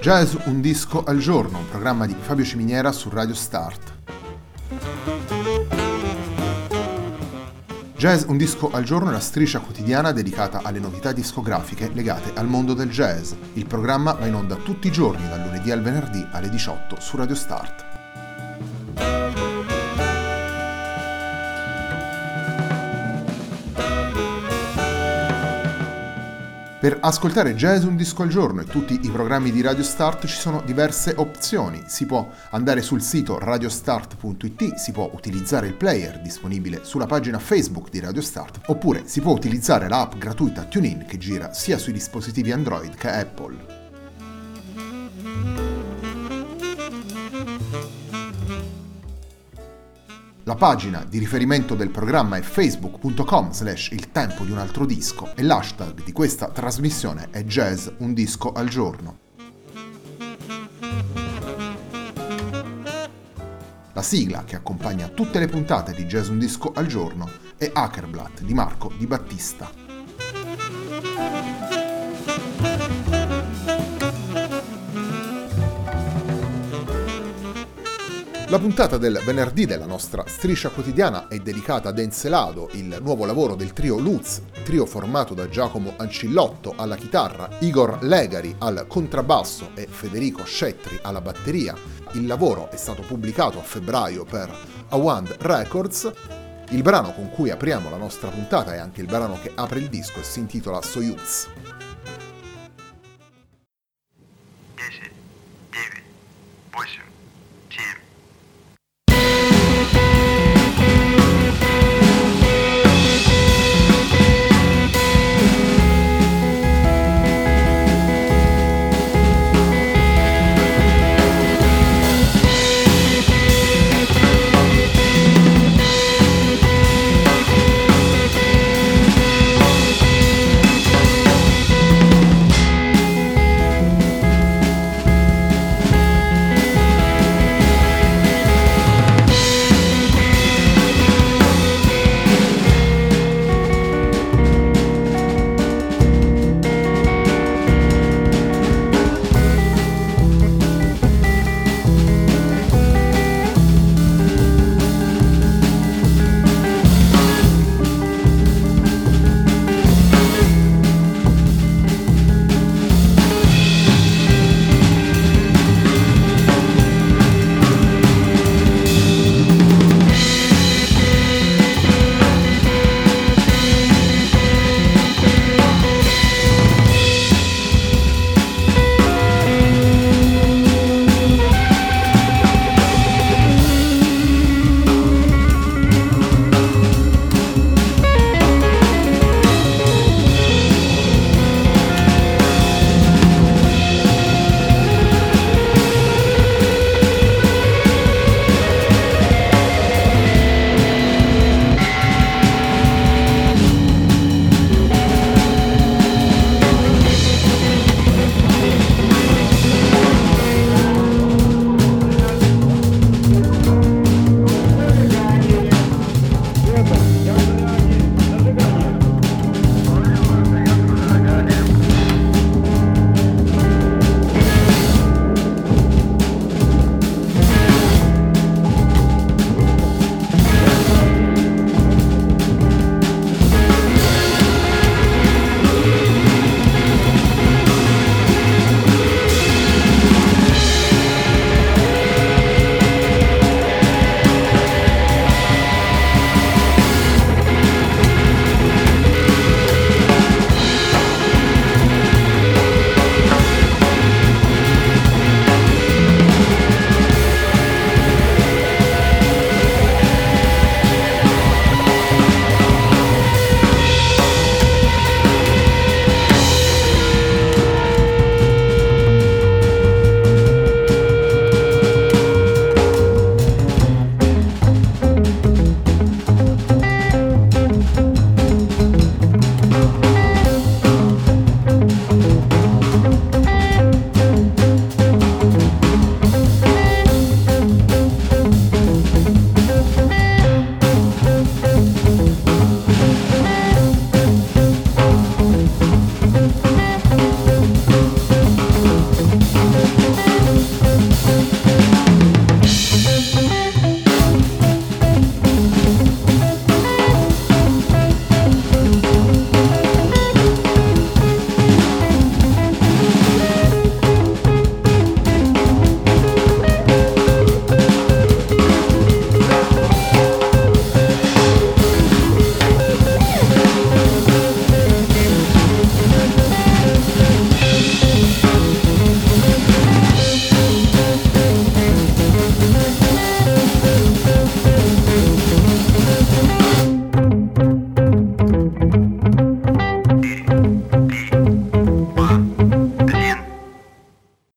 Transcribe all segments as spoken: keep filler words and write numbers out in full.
Jazz un disco al giorno, un programma di Fabio Ciminiera su Radio Start. Jazz un disco al giorno è la striscia quotidiana dedicata alle novità discografiche legate al mondo del jazz. Il programma va in onda tutti i giorni, dal lunedì al venerdì alle diciotto su Radio Start. Per ascoltare Jazz un disco al giorno e tutti i programmi di Radio Start ci sono diverse opzioni. Si può andare sul sito radiostart punto it, si può utilizzare il player disponibile sulla pagina Facebook di Radio Start, oppure si può utilizzare l'app gratuita TuneIn che gira sia sui dispositivi Android che Apple. La pagina di riferimento del programma è facebook punto com slash il tempo di un altro disco e l'hashtag di questa trasmissione è Jazz un disco al giorno. La sigla che accompagna tutte le puntate di Jazz un disco al giorno è Hackerblatt di Marco Di Battista. La puntata del venerdì della nostra striscia quotidiana è dedicata ad Encelado, il nuovo lavoro del trio Luz, trio formato da Giacomo Ancillotto alla chitarra, Igor Legari al contrabbasso e Federico Scettri alla batteria. Il lavoro è stato pubblicato a febbraio per Awand Records. Il brano con cui apriamo la nostra puntata è anche il brano che apre il disco e si intitola Soyuz.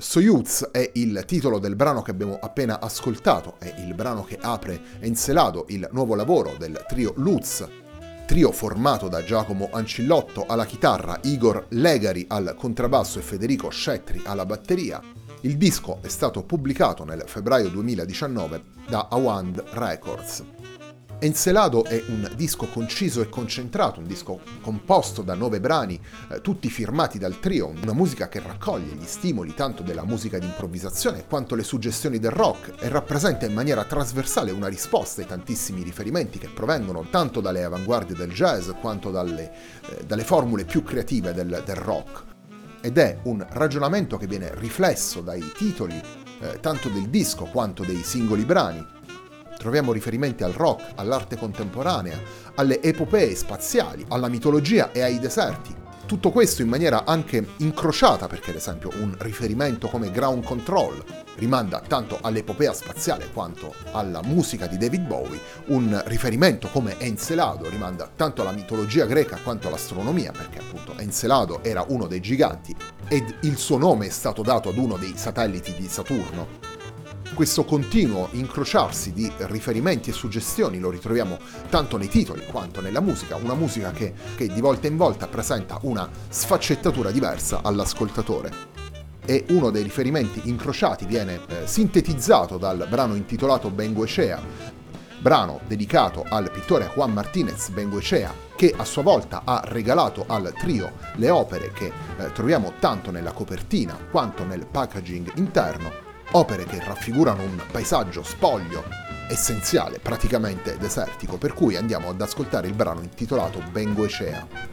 Soyuz è il titolo del brano che abbiamo appena ascoltato, è il brano che apre Encelado, il nuovo lavoro del trio Lutz, trio formato da Giacomo Ancillotto alla chitarra, Igor Legari al contrabbasso e Federico Scettri alla batteria. Il disco è stato pubblicato nel febbraio duemiladiciannove da Awand Records. Encelado è un disco conciso e concentrato, un disco composto da nove brani, eh, tutti firmati dal trio, una musica che raccoglie gli stimoli tanto della musica di improvvisazione quanto le suggestioni del rock e rappresenta in maniera trasversale una risposta ai tantissimi riferimenti che provengono tanto dalle avanguardie del jazz quanto dalle, eh, dalle formule più creative del, del rock. Ed è un ragionamento che viene riflesso dai titoli eh, tanto del disco quanto dei singoli brani. Troviamo riferimenti al rock, all'arte contemporanea, alle epopee spaziali, alla mitologia e ai deserti. Tutto questo in maniera anche incrociata, perché ad esempio un riferimento come Ground Control rimanda tanto all'epopea spaziale quanto alla musica di David Bowie, un riferimento come Encelado rimanda tanto alla mitologia greca quanto all'astronomia, perché appunto Encelado era uno dei giganti ed il suo nome è stato dato ad uno dei satelliti di Saturno. Questo continuo incrociarsi di riferimenti e suggestioni lo ritroviamo tanto nei titoli quanto nella musica, una musica che, che di volta in volta presenta una sfaccettatura diversa all'ascoltatore. E uno dei riferimenti incrociati viene eh, sintetizzato dal brano intitolato Bengoechea, brano dedicato al pittore Juan Martínez Bengoechea, che a sua volta ha regalato al trio le opere che eh, troviamo tanto nella copertina quanto nel packaging interno, opere che raffigurano un paesaggio spoglio, essenziale, praticamente desertico, per cui andiamo ad ascoltare il brano intitolato Bengoechea.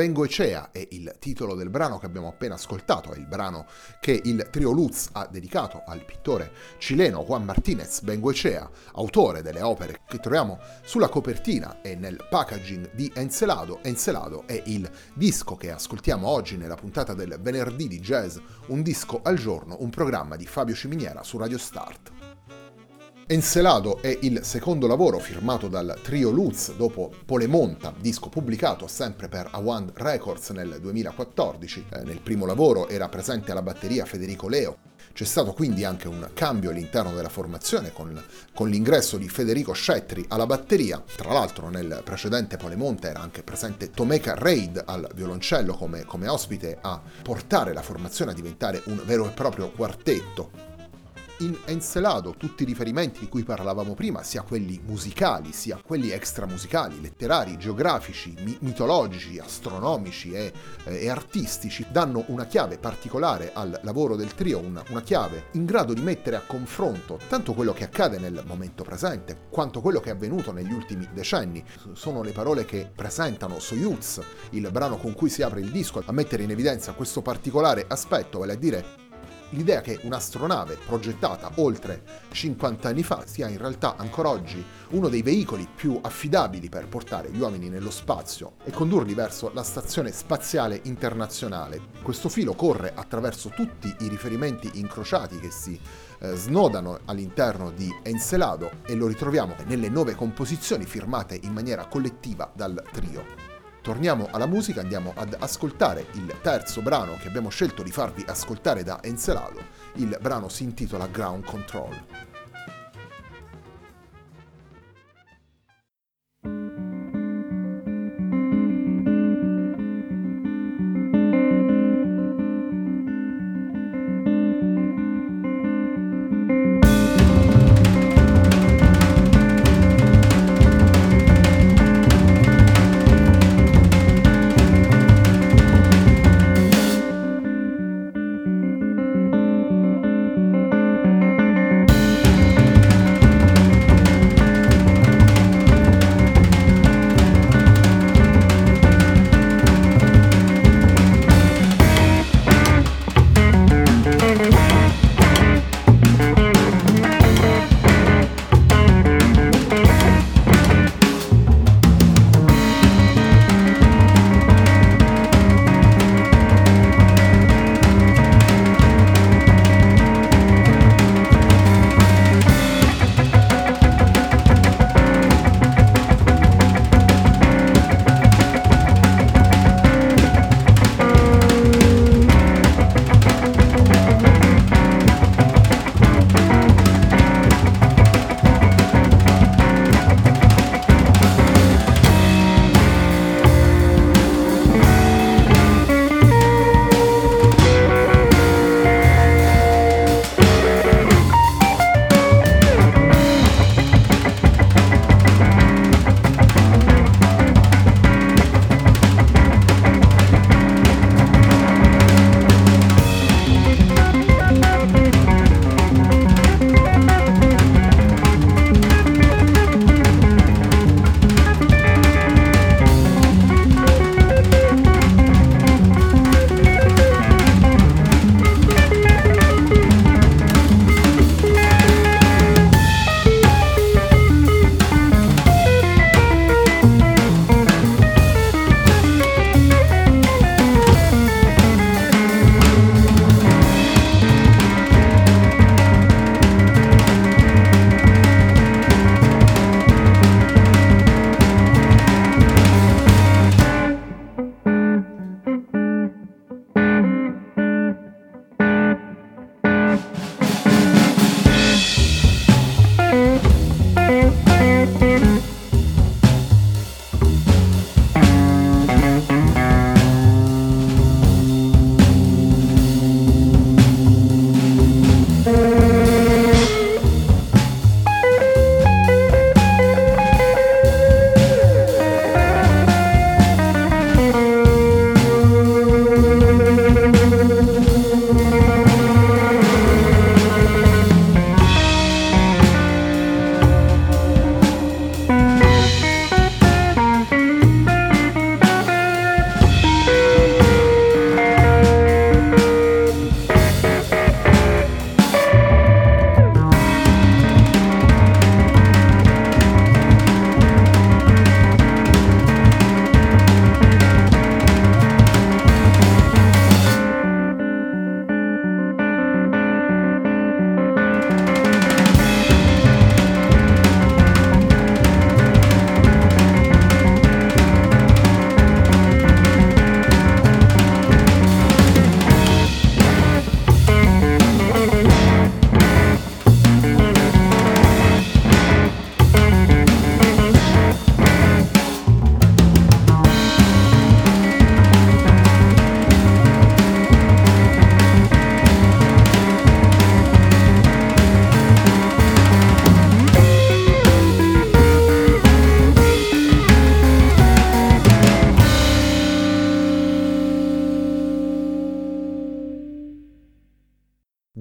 Bengoechea è il titolo del brano che abbiamo appena ascoltato, è il brano che il trio Lutz ha dedicato al pittore cileno Juan Martínez Bengoechea, autore delle opere che troviamo sulla copertina e nel packaging di Encelado. Encelado è il disco che ascoltiamo oggi nella puntata del venerdì di Jazz, un disco al giorno, un programma di Fabio Ciminiera su Radio Start. Encelado è il secondo lavoro firmato dal trio Lutz dopo Polemonta, disco pubblicato sempre per Awand Records nel duemilaquattordici. Eh, nel primo lavoro era presente alla batteria Federico Leo. C'è stato quindi anche un cambio all'interno della formazione con, con l'ingresso di Federico Scettri alla batteria. Tra l'altro nel precedente Polemonta era anche presente Tomeka Reid al violoncello come, come ospite a portare la formazione a diventare un vero e proprio quartetto. In Encelado tutti i riferimenti di cui parlavamo prima, sia quelli musicali, sia quelli extramusicali, letterari, geografici, mi- mitologici, astronomici e, eh, e artistici, danno una chiave particolare al lavoro del trio, una, una chiave in grado di mettere a confronto tanto quello che accade nel momento presente, quanto quello che è avvenuto negli ultimi decenni. Sono le parole che presentano Soyuz, il brano con cui si apre il disco, a mettere in evidenza questo particolare aspetto, vale a dire l'idea che un'astronave progettata oltre cinquanta anni fa sia in realtà ancora oggi uno dei veicoli più affidabili per portare gli uomini nello spazio e condurli verso la Stazione Spaziale Internazionale. Questo filo corre attraverso tutti i riferimenti incrociati che si eh, snodano all'interno di Encelado e lo ritroviamo nelle nove composizioni firmate in maniera collettiva dal trio. Torniamo alla musica, andiamo ad ascoltare il terzo brano che abbiamo scelto di farvi ascoltare da Encelado. Il brano si intitola Ground Control.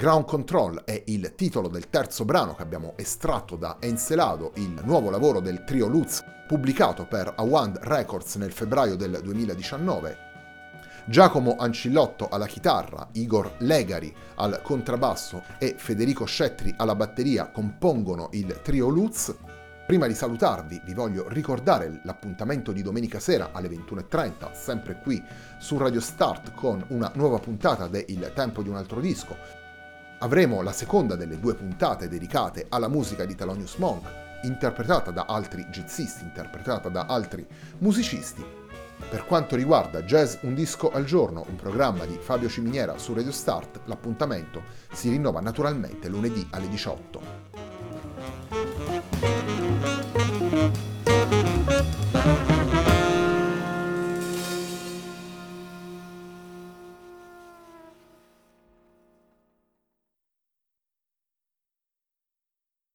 Ground Control è il titolo del terzo brano che abbiamo estratto da Encelado, il nuovo lavoro del trio Lutz pubblicato per Awand Records nel febbraio del duemiladiciannove. Giacomo Ancillotto alla chitarra, Igor Legari al contrabbasso e Federico Scettri alla batteria compongono il trio Lutz. Prima di salutarvi vi voglio ricordare l'appuntamento di domenica sera alle ventuno e trenta, sempre qui su Radio Start con una nuova puntata de Il tempo di un altro disco. Avremo la seconda delle due puntate dedicate alla musica di Thelonious Monk, interpretata da altri jazzisti, interpretata da altri musicisti. Per quanto riguarda Jazz Un Disco al Giorno, un programma di Fabio Ciminiera su Radio Start, l'appuntamento si rinnova naturalmente lunedì alle diciotto.